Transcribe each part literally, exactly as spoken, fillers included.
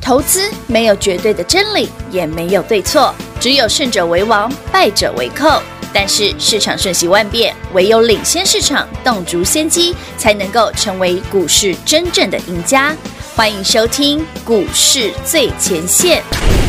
投资没有绝对的真理，也没有对错，只有胜者为王，败者为寇。但是市场瞬息万变，唯有领先市场，洞烛先机，才能够成为股市真正的赢家。欢迎收听股市最前线。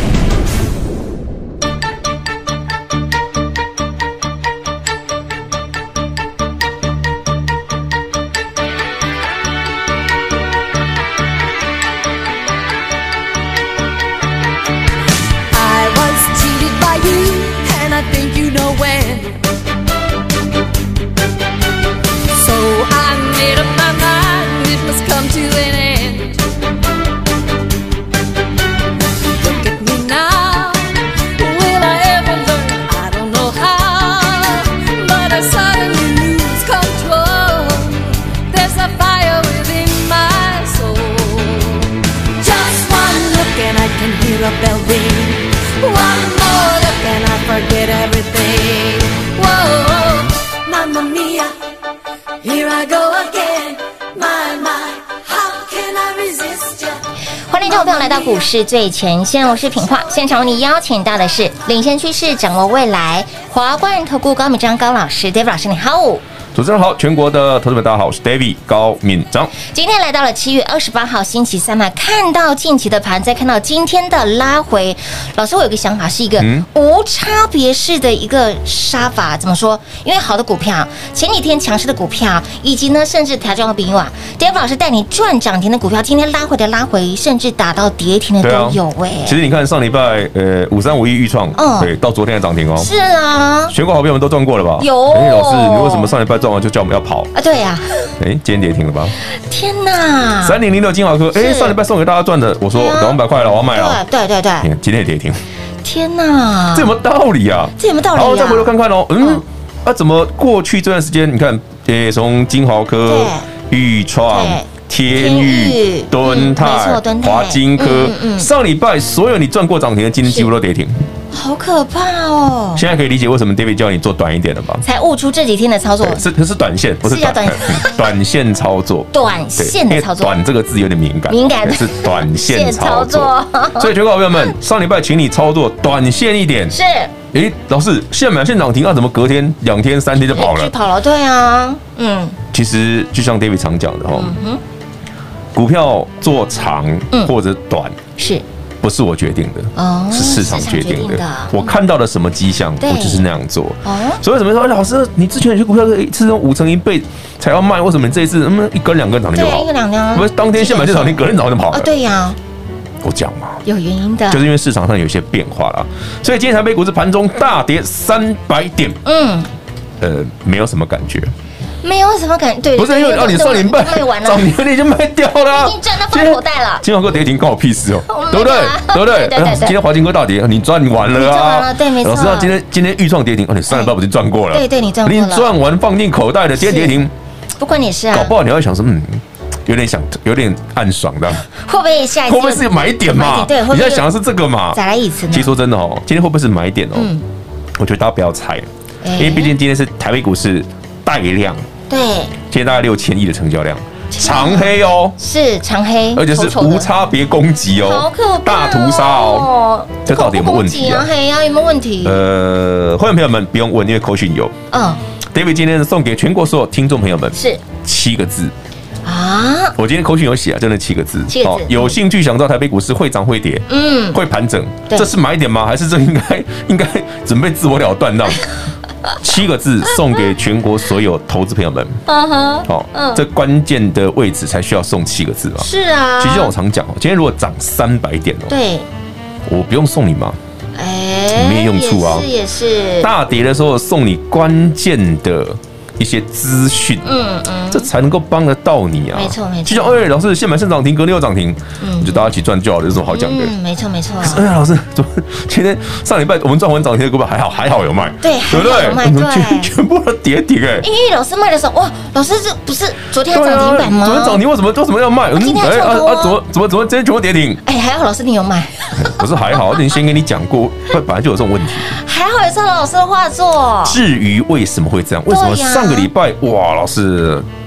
来到股市最前线，我是品化，现场为你邀请到的是领先趋势，掌握未来华冠投顾高敏章高老师 ，David 老师你好。 主持人好，全国的投资者大家好，我是 David 高敏章。 今天来到了七月二十八号星期三嘛，看到近期的盘，再看到今天的拉回，老师我有个想法，是一个无差别式的一个杀法。怎么说？因为好的股票，前几天强势的股票，以及呢甚至调整和比啊 ，David 老师带你赚涨停的股票，今天拉回的拉回，甚至打到跌停的都有哎、欸。 其实你看上礼拜呃五三五一预创，嗯，对，到昨天的涨停哦。 是啊， 全国好朋友们都赚过了吧？ 有。 哎，老师，你为什么上礼拜赚完就叫我们要跑？ 啊，对呀、啊， 哎，今天跌停了吧？ 天哪！ 三零零六金豪科，哎，上礼拜送给大家赚的，我说两百块了，我要卖了。 对对对， 今天也跌停。 天哪！ 这有没有道理啊？ 这有没有道理啊？ 好，再回头看看哦，嗯，啊，怎么过去这段时间，你看，哎，从金豪科、裕创、天钰、敦泰、华金科，上礼拜所有你赚过涨停的，今天几乎都跌停。 好可怕哦！ 现在可以理解为什么 David 叫你做短一点了吧？ 才悟出这几天的操作是是短线，不是短短短线操作。 短线的操作， 短这个字有点敏感， 敏感是短线操作。所以，全国好朋友们，上礼拜请你操作短线一点。 是。 哎，老师，现买现涨停，那怎么隔天、两天、三天就跑了？ 就跑了，对啊，嗯。 其实就像 David 常讲的哈，股票做长或者短是。不是我决定的，哦、是市场决定的。我看到了什么迹象，我就是那样做。哦、所以为什么说老师，你之前有些股票一次用五成一倍才要卖，为什么你这一次嗯一根两根涨停就好？ 一根两根， 不是当天现买现涨停，隔天早上就跑了。 啊，对呀、啊， 我讲嘛， 有原因的， 就是因为市场上有一些变化啦。所以今天台北股市盘中大跌三百点，嗯，呃，没有什么感觉。 没有什么感觉，对， 不是因为让你上礼拜涨停你已经卖掉了， 已经赚到放口袋了。 金豪科跌停关我屁事哦，对不对？对不对？今天华金科大跌，你赚完了啊！ 对，没错。 老师，今天今天预创跌停，哦，你上礼拜不是赚过了？ 对对，你赚过了。 你赚完放进口袋的，今天跌停， 不关你事啊。 搞不好你要想说，嗯，有点想，有点暗爽的。 会不会下一次？ 会不会是买点嘛？ 对， 你在想的是这个嘛？ 再来一次。 其实说真的哦，今天会不会是买点哦？嗯，我觉得大家不要猜，因为毕竟今天是台北股市带量。对，今天大概六千亿的成交量，长黑哦， 是长黑， 而且是无差别攻击哦， 好可怕、哦， 大屠杀哦，这到底有没有问题啊？黑啊，有没有问题？ 呃，会员朋友们不用问，因为口讯有。嗯 ，David 今天送给全国所有听众朋友们是七个字啊，我今天口讯有写啊，真的七个字。七个字，有兴趣想知道台北股市会涨会跌，嗯，会盘整，这是买点吗？还是这应该应该准备自我了断让？七个字送给全国所有投资朋友们。嗯哼，好，这关键的位置才需要送七个字嘛。是啊，其实我常讲哦，今天如果涨三百点哦，对，我不用送你嘛，哎，没用处啊，也是也是。大跌的时候送你关键的一些资讯，嗯嗯，这才能够帮得到你啊。没错没错。就像哎，老师现买现涨停，隔天又涨停，嗯，就大家一起赚就好了，有什么好讲的？ 嗯，没错没错。 哎，老师，怎么今天上礼拜我们赚完涨停的股票还好还好有卖， 对，对不对？ 对，全部都跌停哎。 因为老师卖的时候，哇，老师这不是昨天涨停板吗？ 昨天涨停为什么为什么要卖？ 今天还做多啊？ 怎么怎么怎么今天全部跌停？ 哎，还好老师你有卖。 不是还好，我已经先跟你讲过，本来就有这种问题。 还好也照老师的话做。 至于为什么会这样？为什么上个礼拜哇，老师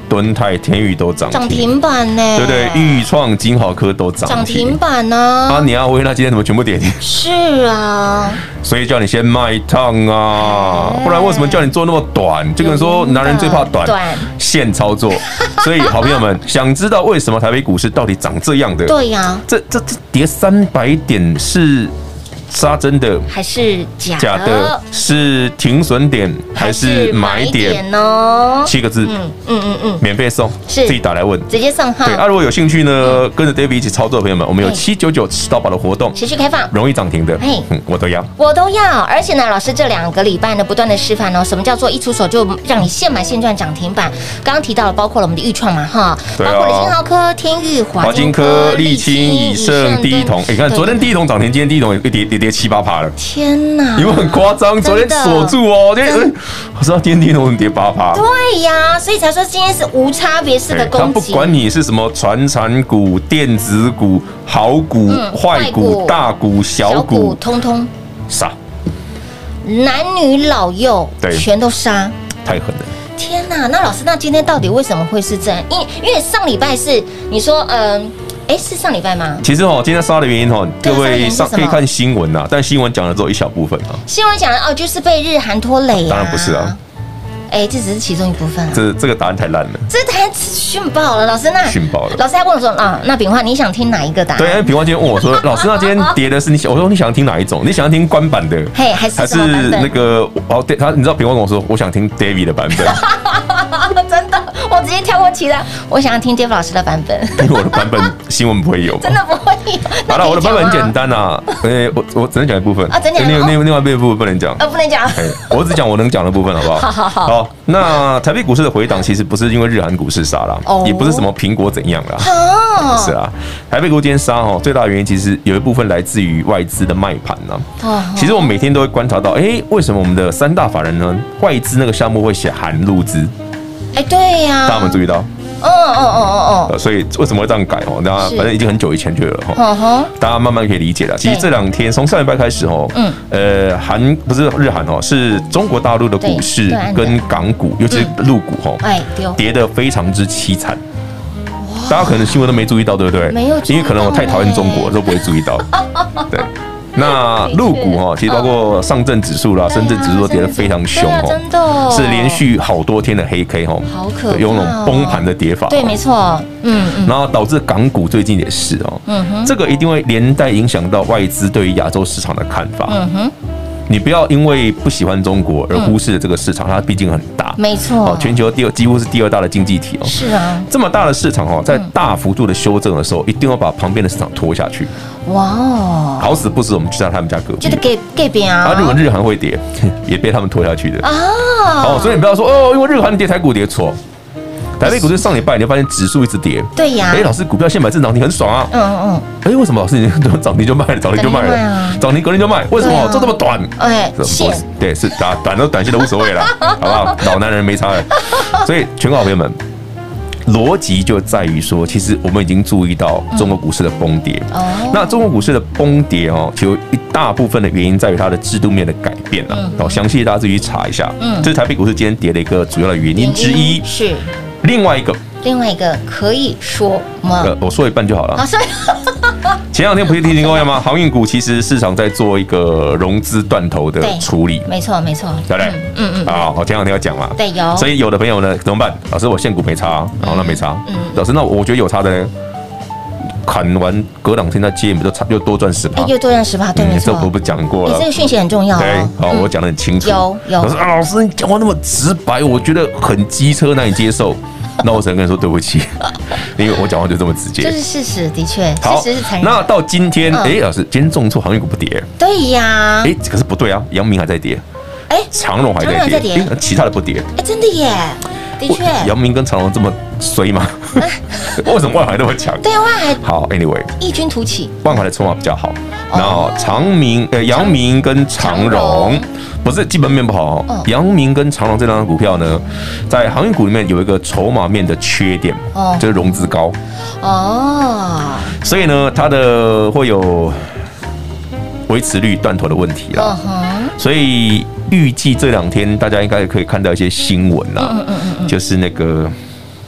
敦泰、天宇都涨涨停板呢， 对不对？裕创、金豪科都涨涨停板呢。 啊，你阿威那今天怎么全部跌停？ 是啊， 所以叫你先卖烫啊，不然为什么叫你做那么短？就跟说男人最怕短，现操作。所以好朋友们，想知道为什么台北股市到底长这样的？ 对呀， 这这这跌三百点是杀真的还是假的？ 假的，是停损点还是买点呢？ 七个字，嗯嗯嗯嗯，免费送， 是自己打来问， 直接送哈。 对啊，如果有兴趣呢，跟着 David 一起操作的朋友们，我们有七九九吃到饱的活动， 持续开放， 容易涨停的，嗯，我都要， 我都要。而且呢，老师这两个礼拜呢，不断的示范哦，什么叫做一出手就让你现买现赚涨停板？刚刚提到了，包括了我们的裕创嘛，哈，包括了金豪科、天宇、华金科、 立清、以盛、第一铜。你看，昨天第一铜涨停，今天第一铜也跌跌跌七八趴了。 天哪， 因为很夸张，昨天锁住哦，今天我知道今天第一铜跌八趴。 对呀，所以才说今天是无差别式的攻击。 他不管你是什么传产股、电子股、好股、坏股、大股、小股， 通通杀， 男女老幼全都杀， 太狠了。 天哪，那老师，那今天到底为什么会是这样？因因为上礼拜是你说，嗯。哎，是上礼拜吗？ 其实哦，今天杀的原因哦，各位上可以看新闻呐，但新闻讲了只有一小部分啊。 新闻讲了哦，就是被日韩拖累啊。 当然不是啊。 哎，这只是其中一部分啊。 这这个答案太烂了。 这答案逊爆了，老师那逊爆了。 老师还问我说啊，那炳焕你想听哪一个答案？ 对，炳焕今天问我说，老师，那今天跌的是你想，我说你想听哪一种？你想要听官版的， 嘿，还是还是那个哦？对，他你知道炳焕跟我说，我想听 David 的版本。 真的，我直接跳过其他，我想要听 David 老师的版本。 因为我的版本新闻不会有， 真的不会有。 好了，我的版本很简单啊，呃，我我只能讲一部分啊，真的。 另另另外一部分不能讲， 呃，不能讲。 我只讲我能讲的部分，好不好？ 好好好。 好，那台北股市的回档其实不是因为日韩股市杀啦，也不是什么苹果怎样啦，是啊，台北股今天杀哦，最大的原因其实有一部分来自于外资的卖盘呢。哦。其实我们每天都会观察到，哎，为什么我们的三大法人呢，外资那个项目会写含入资？ 哎，对呀， 大家有没有注意到？ 哦哦哦哦哦， 所以为什么会这样改哦？大家反正已经很久以前就有了哈，大家慢慢可以理解了。其实这两天从上礼拜开始哦，嗯，呃，韩不是日韩哦，是中国大陆的股市跟港股，尤其是陆股哈，哎，跌得非常之凄惨。大家可能新闻都没注意到，对不对？ 没有， 因为可能我太讨厌中国，都不会注意到。对。那陆股哈，其实包括上证指数啦、深圳指数都跌得非常凶哦， 真的是连续好多天的黑 K 哈， 好可怕， 有那种崩盘的跌法。 对，没错，嗯嗯， 然后导致港股最近也是哦，嗯哼，这个一定会连带影响到外资对于亚洲市场的看法，嗯哼。你不要因为不喜欢中国而忽视了这个市场，它毕竟很大， 没错， 全球第二几乎是第二大的经济体哦。 是啊， 这么大的市场哦，在大幅度的修正的时候，一定要把旁边的市场拖下去。哇哦，好死不死，我们就在他们家隔壁， 就是给给边啊。 啊，日本日韩会跌，也被他们拖下去的啊。哦，所以你不要说哦，因为日韩跌，台股跌，错。台北股市上礼拜，你会发现指数一直跌。对呀。哎，老师，股票现买正涨停很爽啊。嗯嗯。哎，为什么老师你涨停就卖了，涨停就卖了，涨停隔天就卖？为什么做这么短？哎，对，是短短都短线都无所谓了，好不好？老男人没差了。所以，全国好朋友们，逻辑就在于说，其实我们已经注意到中国股市的崩跌。哦。那中国股市的崩跌哦，其实一大部分的原因在于它的制度面的改变啊。哦，详细大家自己去查一下。嗯。这是台北股市今天跌的一个主要的原因之一。是。另外一个， 另外一个可以说吗？ 呃，我说一半就好了。 好，说。 前两天不是提醒各位吗？航运股其实市场在做一个融资断头的处理。 没错，没错， 对不对？嗯嗯。啊，我前两天要讲嘛。 对，有。 所以有的朋友呢，怎么办？老师，我现股没差，然后那没差。嗯。老师，那我觉得有差的呢。砍完隔两天再接，你们就差又多赚十趴， 又多赚十趴，对，没错。 这我不讲过了， 这个讯息很重要。 对，好，我讲得很清楚。 有有。 老师啊，老师，你讲话那么直白，我觉得很机车，难以接受。那我只能跟你说对不起，因为我讲话就这么直接。 这是事实，的确，事实是残忍。 那到今天，哎，老师，今天重挫航运股不跌？ 对呀。 哎，可是不对啊，阳明还在跌，哎，长荣还在跌，其他的不跌。 哎，真的耶。的确， 阳明跟长荣这么衰吗？为什么万海那么强？ 对啊，万海好 ，anyway， 异军突起， 万海的筹码比较好。然后长明呃阳明跟长荣不是基本面不好，阳明跟长荣这两张股票呢，在航运股里面有一个筹码面的缺点，就是融资高哦，所以呢，它的会有维持率断头的问题啦。所以预计这两天大家应该可以看到一些新闻啦，就是那个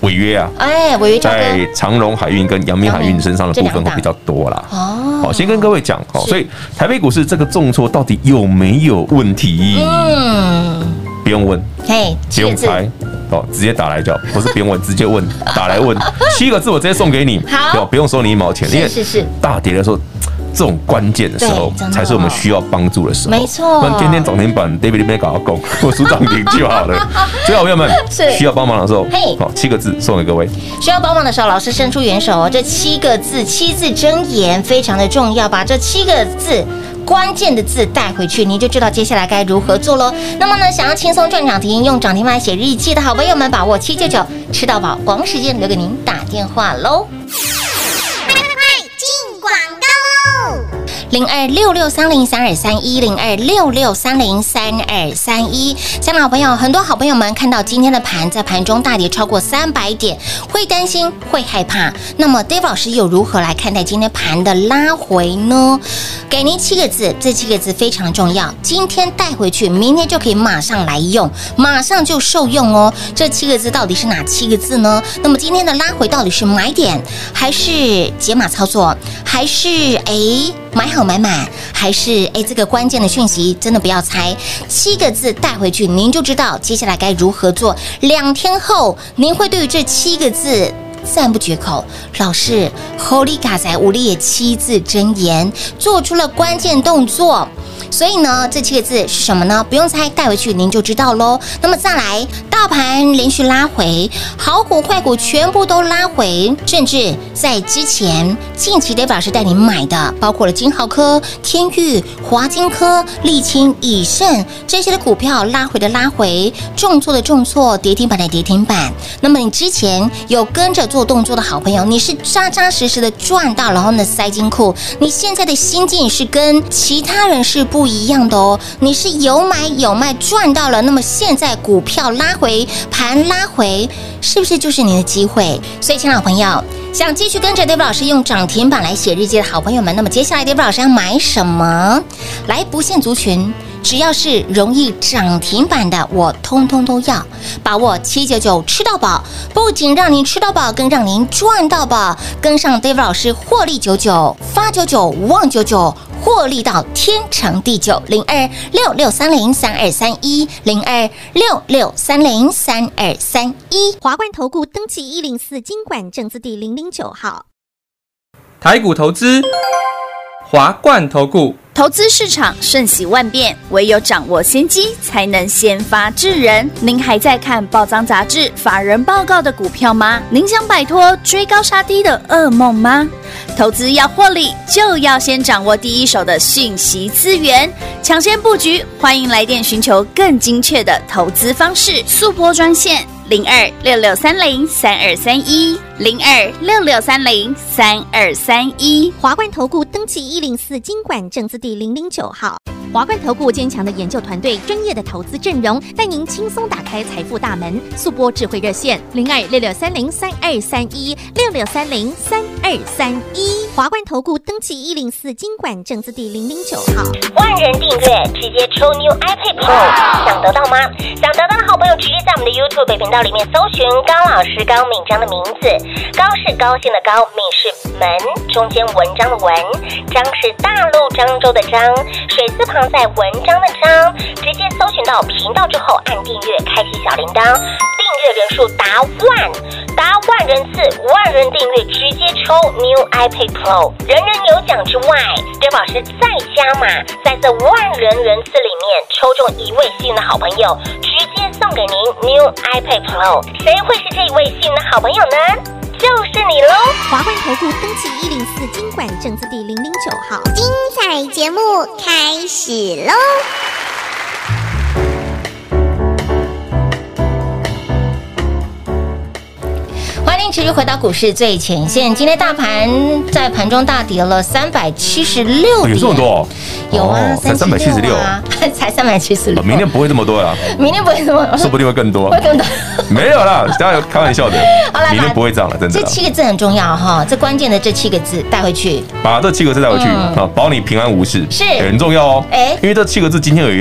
违约啊， 哎，违约在长荣海运跟阳明海运身上的部分会比较多啦。哦，好，先跟各位讲，好，所以台北股市这个重挫到底有没有问题？嗯，不用问，嘿，不用猜，哦，直接打来叫，不是不用问，直接问，打来问，七个字我直接送给你，好，不用收你一毛钱，因为大跌的时候。这种关键的时候，才是我们需要帮助的时候。 没错， 不然天天涨停板 ，David 那边搞到拱，我输涨停就好了。所以，好朋友们，需要帮忙的时候，嘿，好，七个字送给各位。 需要帮忙的时候，老师伸出援手哦。这七个字，七字真言非常的重要，把这七个字。关键的字带回去，你就知道接下来该如何做喽。那么呢，想要轻松赚涨停，用涨停板写日记的好朋友们，把握七九九吃到饱，光时间留给您打电话喽。零二六六三零三二三一零二六六三零三二三一，亲爱的好朋友，很多好朋友们看到今天的盘在盘中大跌超过三百点，会担心，会害怕。那么 David 老师又如何来看待今天盘的拉回呢？给您七个字，这七个字非常重要，今天带回去，明天就可以马上来用，马上就受用哦。这七个字到底是哪七个字呢？那么今天的拉回到底是买点，还是解码操作，还是哎？买好买满，还是哎，这个关键的讯息真的不要猜，七个字带回去，您就知道接下来该如何做。两天后，您会对于这七个字赞不绝口。老师 ，Holy 卡仔武力也七字真言，做出了关键动作。所以呢，这七个字是什么呢？不用猜，带回去您就知道喽。那么再来，大盘连续拉回，好股坏股全部都拉回，甚至在之前近期David老师带你买的，包括了金豪科、天钰、华金科、立清、以盛这些的股票拉回的拉回，重挫的重挫，跌停板的跌停板。那么你之前有跟着做动作的好朋友，你是扎扎实实的赚到，然后呢塞金库，你现在的心境是跟其他人是不一样的哦，你是有买有卖赚到了，那么现在股票拉回，盘拉回，是不是就是你的机会？所以，亲爱的朋友，想继续跟着 David 老师用涨停板来写日记的好朋友们，那么接下来 David 老师要买什么？来，不限族群，只要是容易涨停板的，我通通都要。把握七九九吃到饱，不仅让您吃到饱，更让您赚到饱。跟上 David 老师获利九九发九九望九九。获利到天长地久，零二六六三零三二三一，零二六六三零三二三一。 华冠投顾登记一零四金管证字第零零九号。 台股投资，华冠投顾。 投资市场瞬息万变，唯有掌握先机，才能先发制人。您还在看报章杂志、法人报告的股票吗？您想摆脱追高杀低的噩梦吗？投资要获利，就要先掌握第一手的讯息资源，抢先布局。欢迎来电寻求更精确的投资方式，速拨专线零二六六三零三二三一零二六六三零三二三一。 华冠投顾登记一零四金管证字第零零九号。华冠投顾坚强的研究团队，专业的投资阵容，带您轻松打开财富大门。速拨智慧热线零二六六三零三二三一六六三零三二三一。华冠投顾登记一零四金管证字第零零九号。 万人订阅，直接抽 New iPad Pro， 想得到吗？想得到的好朋友，直接在我们的 YouTube 频道里面搜寻高老师高敏章的名字，高是高兴的高，敏是门，中间文章的文，章是大陆漳州的漳，水字旁在文章的章，直接搜寻到频道之后按订阅，开启小铃铛，订阅人数达万，达万人次，万人订阅，直接抽 New iPad Pro， 人人有奖之外，David老师再加码，在这万人人次里面抽中一位幸运的好朋友，直接送给您 New iPad Pro， 谁会是这一位幸运的好朋友呢？就是你喽！ 华冠投顾登记一零四金管证字第零零九号。 精彩节目开始喽！ 欢迎持续回到股市最前线。今天大盘在盘中大跌了三百七十六点， 有这么多？ 有啊， 才三百七十六， 才三百七十六。 明天不会这么多啦， 明天不会这么多， 说不定会更多， 会更多。 没有啦，大家开玩笑的。明天不会这样了，真的。 这七个字很重要哈，这关键的这七个字带回去， 把这七个字带回去啊，保你平安无事， 是很重要哦。哎，因为这七个字今天有用，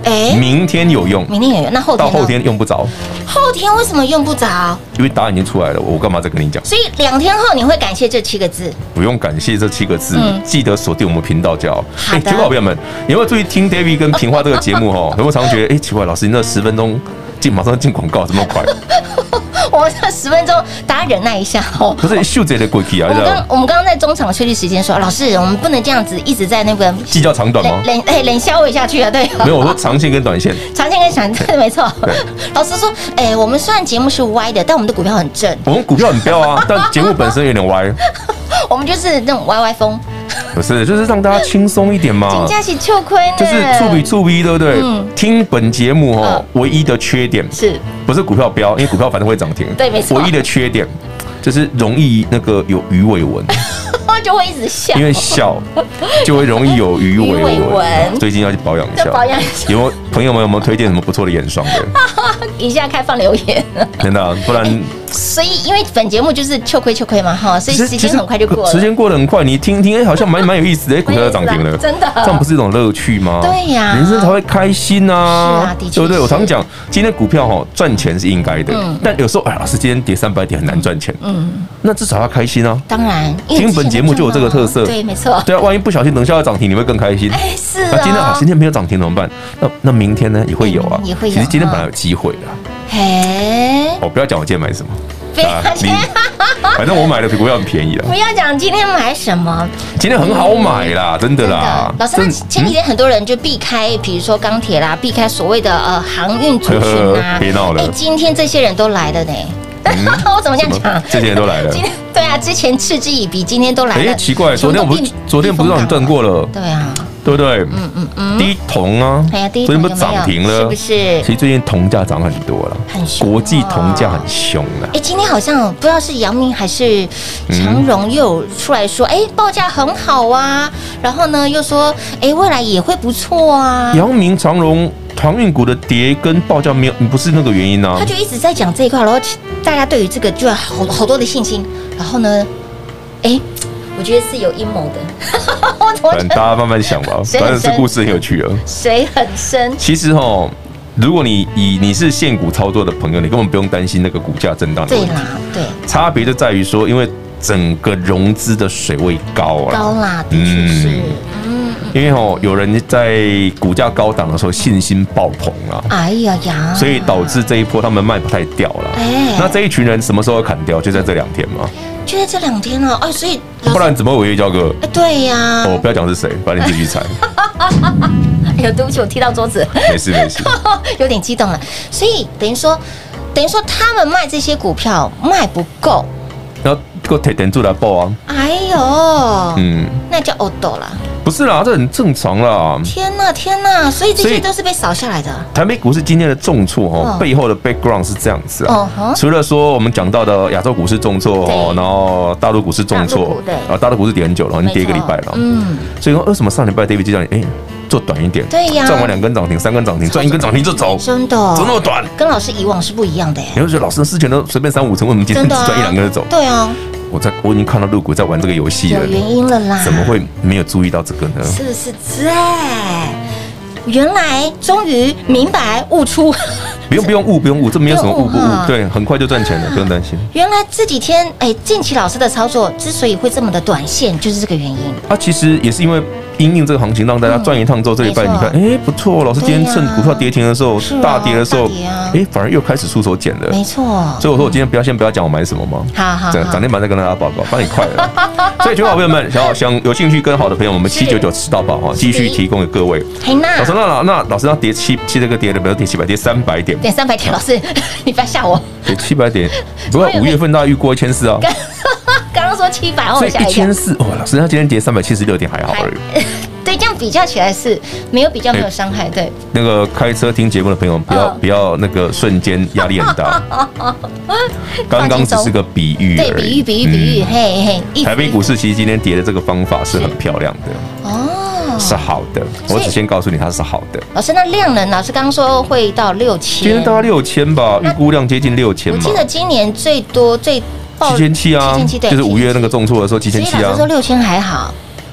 哎， 明天有用， 明天有用，那后天到后天用不着。 后天为什么用不着？ 因为答案已经出来了，我干嘛再跟你讲？ 所以两天后你会感谢这七个字？ 不用感谢这七个字，嗯、记得锁定我们频道就好。 好的， 结果好朋友们，有没有注意听 David 跟平花这个节目？哦，有没有常觉得，哎，奇怪，老师你那十分钟进马上进广告，这么快？ 我这十分钟，大家忍耐一下哦。 不是秀姐的过去啊！ 我们刚我们刚刚在中场休息时间说，老师，我们不能这样子一直在那个计较长短吗？ 冷哎冷消尾下去啊，对。 没有，我说长线跟短线。 长线跟短线没错。老师说，哎，我们虽然节目是歪的，但我们的股票很正。 我们股票很彪啊，但节目本身有点歪。 我们就是那种歪歪风。 不是，就是让大家轻松一点嘛。 金佳琪糗亏呢， 就是触比触逼，对不对？嗯。听本节目哦，唯一的缺点是不是股票飙？因为股票反正会涨停。 对，没错。 唯一的缺点就是容易那个有鱼尾纹， 就会一直笑。 因为笑就会容易有鱼尾纹。最近要去保养一下。 保养一下。 有没有朋友们有没有推荐什么不错的眼霜的？ 以下开放留言。 真的，不然。 所以，因为本节目就是糗亏糗亏嘛，哈，所以时间很快就过了。 时间过得很快，你听听，哎，好像蛮蛮有意思的，哎，股票要涨停了， 真的， 这样不是一种乐趣吗？ 对呀， 人生才会开心啊， 是啊，的确， 对不对？我常讲，今天股票哈赚钱是应该的，但有时候，哎，老师今天跌三百点很难赚钱，嗯，那至少要开心啊。 当然， 听本节目就有这个特色， 对，没错。 对啊，万一不小心等下要涨停，你会更开心。 哎，是啊。 那今天好，今天没有涨停怎么办？那那明天呢也会有啊， 也会有。 其实今天本来有机会的。 嘿， 我不要讲我今天买什么。 啊、 反正我买的股票很便宜了。 不要讲今天买什么， 今天很好买啦，真的啦。 老师，那前几天很多人就避开，比如说钢铁啦，避开所谓的呃航运族群啊。 别闹了！ 哎，今天这些人都来了呢。我怎么这样讲？ 这些人都来了。 对啊，之前嗤之以鼻，今天都来了。 哎，奇怪，昨天我不是昨天不是让你赚过了？ 对啊。 对不对？嗯嗯嗯，第一铜啊， 哎呀，第一铜不是涨停了， 是不是？ 其实最近铜价涨很多了， 很凶， 国际铜价很凶了。 哎，今天好像不知道是阳明还是长荣又有出来说，哎，报价很好啊，然后呢又说，哎，未来也会不错啊。 阳明、长荣航运股的跌跟报价没有，不是那个原因啊。 他就一直在讲这一块，然后大家对于这个就有好好多的信心，然后呢，哎。我觉得是有阴谋的， 反正大家慢慢想吧。反正这故事很有趣啊。 水很深。 其实哈，如果你以你是现股操作的朋友，你根本不用担心那个股价震荡的问题。 对啦，对。 差别就在于说，因为整个融资的水位高了。 高啦，的确是。 嗯。因为哦，有人在股价高档的时候信心爆棚啊。 哎呀呀！ 所以导致这一波他们卖不太掉了。哎。那这一群人什么时候砍掉？就在这两天嘛。 就在这两天了哦，所以不然怎么违约交割？ 对呀， 哦，不要讲是谁，反正你自己去猜。 哎呦，对不起，我踢到桌子。 没事没事， 有点激动了。所以等于说，等于说他们卖这些股票卖不够， 然后给我提点出来报啊。 哎呦，嗯，那叫欧斗啦。 不是啦，这很正常啦。 天哪，天哪！所以这些都是被扫下来的。 台北股市今天的重挫哦，背后的 background 是这样子啊。除了说我们讲到的亚洲股市重挫哦，然后大陆股市重挫，对，啊，大陆股市跌很久了，已经跌一个礼拜了。嗯，所以说为什么上礼拜 David 就叫你哎做短一点？ 对呀， 赚完两根涨停、三根涨停，赚一根涨停就走， 真的， 怎么那么短？ 跟老师以往是不一样的哎。 你会觉得老师之前都随便三五成，为什么今天只赚一两根就走？ 对啊。 我在我已经看到陆股在玩这个游戏了， 有原因了啦， 怎么会没有注意到这个呢？ 是是在，原来终于明白悟出。 不用不用悟不用悟，这没有什么悟不悟，对，很快就赚钱了，不用担心。 原来这几天哎，近期老师的操作之所以会这么的短线，就是这个原因。 啊，其实也是因为因应这个行情，让大家赚一趟之后，这礼拜你看，哎，不错，老师今天趁股票跌停的时候，大跌的时候，哎，反而又开始出手捡了。 没错。 所以我说我今天不要先不要讲我买什么吗？ 好好， 涨停板再跟大家报告，帮你快了。所以，全国好朋友们，想要想有兴趣跟好的朋友，我们七九九吃到饱哈，继续提供给各位。老师，那那老师要跌七七这个跌的，不要跌七百，跌三百点， 跌三百点，老师你不要吓我。 跌七百点，不过五月份大家预过一千四啊。 刚刚说七百， 所以一千四哦，老师他今天跌三百七十六点还好而已。 对，这样比较起来是没有比较，没有伤害。对， 那个开车听节目的朋友，不要不要那个瞬间压力很大。刚刚只是个比喻而已， 对，比喻比喻比喻，嘿嘿。 台北股市其实今天跌的这个方法是很漂亮的哦，是好的。我只先告诉你它是好的。 老师，那量能，老师刚刚说会到六千， 今天大概六千吧，预估量接近六千。 我记得今年最多最七千七啊，就是五月那个重挫的时候七千七啊。 老师说六千还好。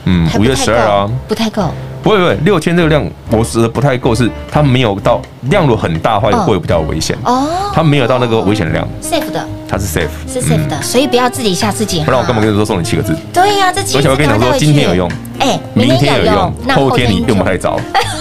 嗯，五月十二啊， 不太够。 不会不会，六千这个量我觉得不太够，是它没有到量如果很大的话，会比较危险。哦，它没有到那个危险量 ，safe 的， 它是 safe， 是 safe 的，所以不要自己吓自己。 不然我根本跟你说送你七个字。 对呀，这七个字。 而且我跟你讲说，今天有用， 哎， 明天有用，后天你用不太着。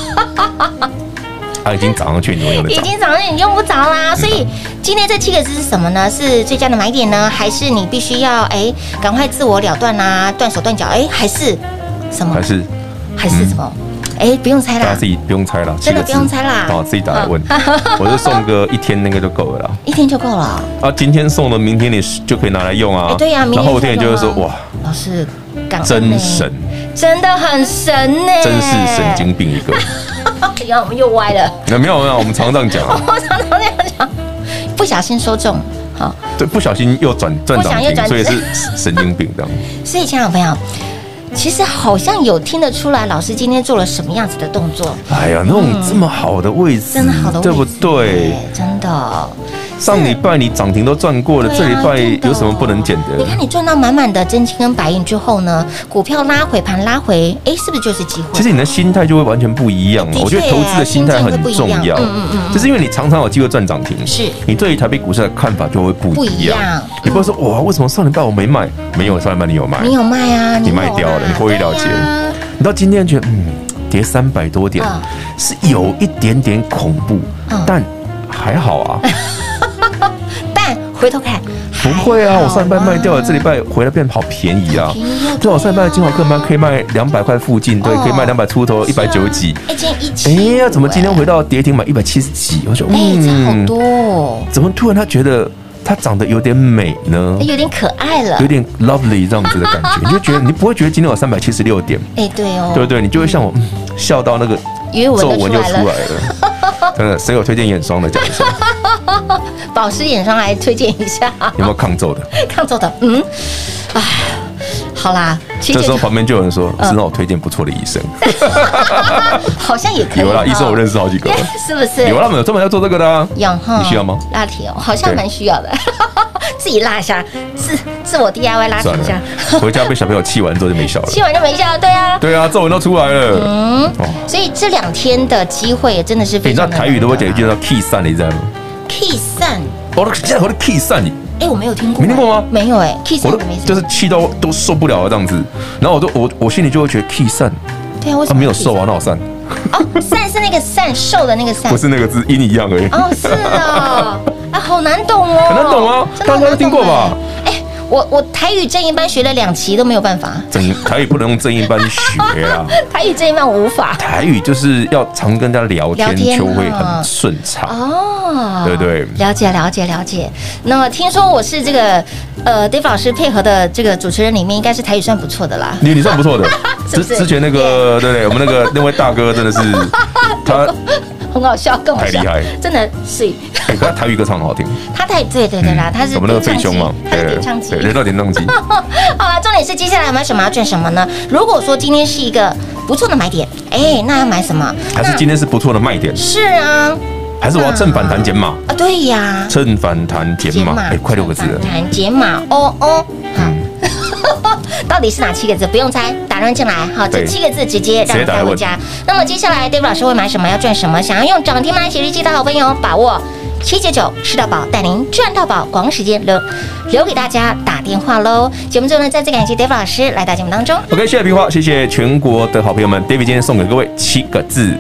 啊，已经涨上去，你用得着？ 已经涨上去，你用不着啦。所以今天这七个字是什么呢？是最佳的买点呢，还是你必须要哎赶快自我了断啦，断手断脚？哎，还是什么？ 还是还是什么？哎，不用猜啦， 大家自己不用猜啦， 真的不用猜啦， 好，自己打来问，我就送个一天那个就够了啦， 一天就够了。 啊，今天送了，明天你就可以拿来用啊。 对呀，明天后天你就会说哇， 老师， 真神， 真的很神呢， 真是神经病一个。 然后我们又歪了， 没有没有，我们常常这样讲啊， 我常常这样讲，不小心说中，好， 对，不小心又转转涨停，所以是神经病这样。 所以，亲爱的朋友。其实好像有听得出来，老师今天做了什么样子的动作？ 哎呀，那种这么好的位置， 真的好的位置， 对不对？ 真的。 上礼拜你涨停都赚过了，这礼拜有什么不能捡的？ 你看你赚到满满的真金跟白银之后呢，股票拉回盘拉回，哎，是不是就是机会？ 其实你的心态就会完全不一样。我觉得投资的心态很重要，嗯嗯嗯，就是因为你常常有机会赚涨停， 是你对于台北股市的看法就会不一样。你不会说哇，为什么上礼拜我没卖？没有，上礼拜你有卖， 你有卖啊， 你卖掉了，你获利了结。你到今天觉得嗯，跌三百多点是有一点点恐怖，但还好啊。 但回头看， 不会啊！我上礼拜卖掉了，这礼拜回来变好便宜啊！对，我上礼拜金华课班可以卖两百块附近，对，可以卖两百出头，一百九十几。 哎，今天一千， 哎呀，怎么今天回到跌停买一百七十几？我说， 哎，差好多。 怎么突然他觉得它长得有点美呢？ 有点可爱了， 有点 lovely 这样子的感觉，你就觉得你不会觉得今天有三百七十六点？ 哎，对哦， 对对，你就会像我笑到那个皱纹又出来了。真的，谁有推荐眼霜的讲一下？ 保湿眼霜来推荐一下， 有没有抗皱的？ 抗皱的，嗯，哎，好啦， 这时候旁边就有人说，是让我推荐不错的医生， 好像也可以。 有啦，医生我认识好几个， 是不是？ 有啦，他们有专门在做这个的啊。 有哈， 你需要吗？ 拉提哦，好像蛮需要的，自己拉一下，自自我 D I Y 拉提一下。 回家被小朋友气完之后就没效了， 气完就没效了，对啊， 对啊，皱纹都出来了。嗯， 所以这两天的机会也真的是非常。 你知道台语都会讲一句叫 “key 散”，你知道吗 ？key 散， 我的现在我的 key 散，你哎，我没有听过， 没听过吗？ 没有哎 ，key 散就是气到都受不了了这样子，然后我都我我心里就会觉得 key 散， 对啊，为什么没有瘦啊？那我散。 哦，散是那个散，瘦的那个散， 不是那个字音一样而已。 哦，是啊，啊，好难懂哦， 很难懂啊，大家都听过吧？ 哎，我我台语正音班学了两期都没有办法， 正台语不能用正音班学啊， 台语正音班我无法， 台语就是要常跟人家聊天就会很顺畅哦，对不对？ 了解了解了解。那么听说我是这个呃 Dave 老师配合的这个主持人里面，应该是台语算不错的啦， 你你算不错的。之之前那个对不对？我们那个那位大哥真的是他很好笑，更好笑， 太厉害， 真的是。 他台语歌唱得好听， 他台对对对啦，他是我们那个费兄嘛， 对对对， 人到点唱机。 好了，重点是接下来买什么要赚什么呢？如果说今天是一个不错的买点，哎，那要买什么？ 还是今天是不错的卖点？ 是啊。 还是我要趁反弹减码啊？对呀， 趁反弹减码，哎，快六个字了。 反弹减码，哦哦，好，到底是哪七个字？不用猜，打乱进来。好，这七个字直接让你带回家。那么接下来 Dave 老师会买什么？要赚什么？想要用涨停板写日记的好朋友，把握七九九吃到饱，带您赚到饱。广告时间留留给大家打电话喽。节目最后呢，再次感谢 Dave 老师来到节目当中。 OK， 谢谢平花，谢谢全国的好朋友们。David 今天送给各位七个字。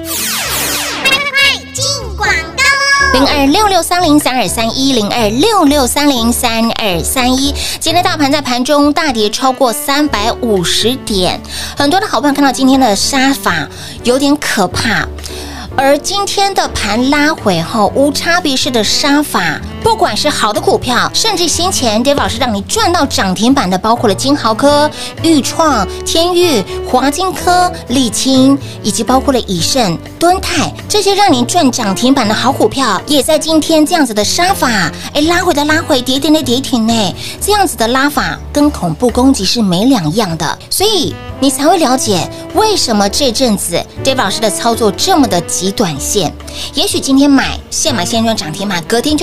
零二六六三零三二三一零二六六三零三二三一，今天大盘在盘中大跌超过三百五十点，很多的好朋友看到今天的杀法有点可怕。而今天的盘拉回后，无差别式的杀法，不管是好的股票，甚至先前 Dave 老师让你赚到涨停板的，包括了金豪科、裕创、天钰、华金科、立青，以及包括了以盛、敦泰这些让你赚涨停板的好股票，也在今天这样子的杀法，哎，拉回的拉回，跌停的跌停呢，这样子的拉法跟恐怖攻击是没两样的，所以你才会了解为什么这阵子 Dave 老师的操作这么的极短线。也许今天买现买现赚涨停板，隔天就卖，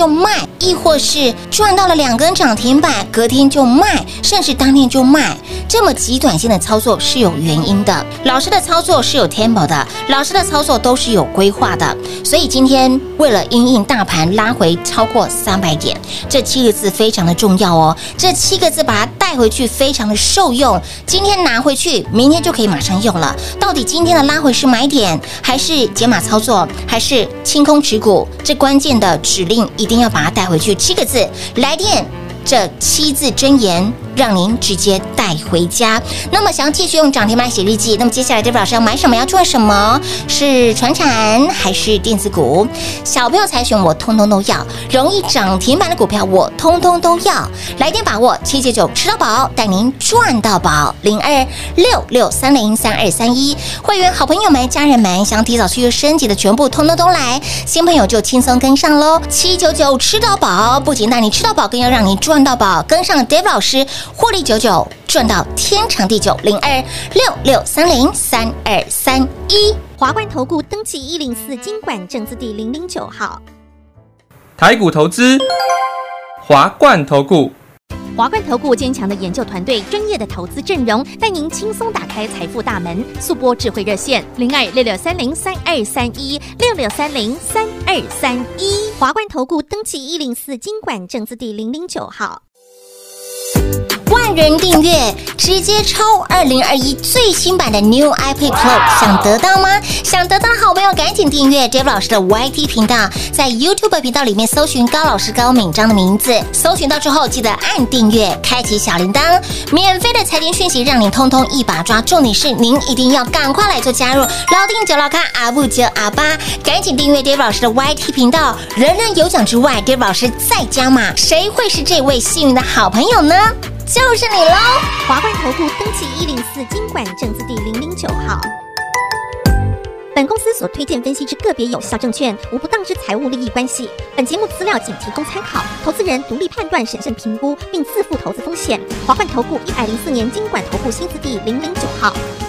亦或是赚到了两根涨停板，隔天就卖，甚至当天就卖，这么极短线的操作是有原因的。老师的操作是有 tempo 的，老师的操作都是有规划的。所以今天为了因应大盘拉回超过三百点，这七个字非常的重要哦。这七个字把它带回去，非常的受用。今天拿回去，明天就可以马上用了。到底今天的拉回是买点，还是解码操作，还是清空持股？这关键的指令一定要把它带回去。七个字，来电。这七字真言让您直接带回家。那么想要继续用涨停板写日记，那么接下来 David 老师要买什么，要做什么？是传产还是电子股？小票才选我通通都要，容易涨停板的股票我通通都要。来电把握七九九吃到饱，带您赚到饱。零二六六三零三二三一，会员好朋友们、家人们，想提早去约升级的全部通通都来，新朋友就轻松跟上喽。七九九吃到饱，不仅带你吃到饱，更要让你赚到宝，跟上 David 老师获利九九，赚到天长地久。零二六六三零三二三一， 华冠投顾登记一零四金管证字第零零九号。 台股投资，华冠投顾。 华冠投顾坚强的研究团队，专业的投资阵容，带您轻松打开财富大门。速播智慧热线零二六六三零三二三一六六三零三二三一。华冠投顾登记一零四金管证字第零零九号。 万人订阅，直接抽二零二一最新版的 New iPad Pro， 想得到吗？想得到的好朋友赶紧订阅 David 老师的 Y T 频道，在 YouTube 频道里面搜寻高老师高敏章的名字，搜寻到之后记得按订阅，开启小铃铛，免费的财经讯息让你通通一把抓。重点是您一定要赶快来做加入，老定九老咖阿布九阿八，赶紧订阅 David 老师的 Y T 频道，人人有奖之外 ，David 老师再加码，谁会是这位幸运的好朋友呢？就是你喽！ 华冠投顾登记一零四金管证字第零零九号。本公司所推荐分析之个别有效证券，无不当之财务利益关系。本节目资料仅提供参考，投资人独立判断、审慎评估，并自负投资风险。华冠投顾一百零四年金管投顾新字第零零九号。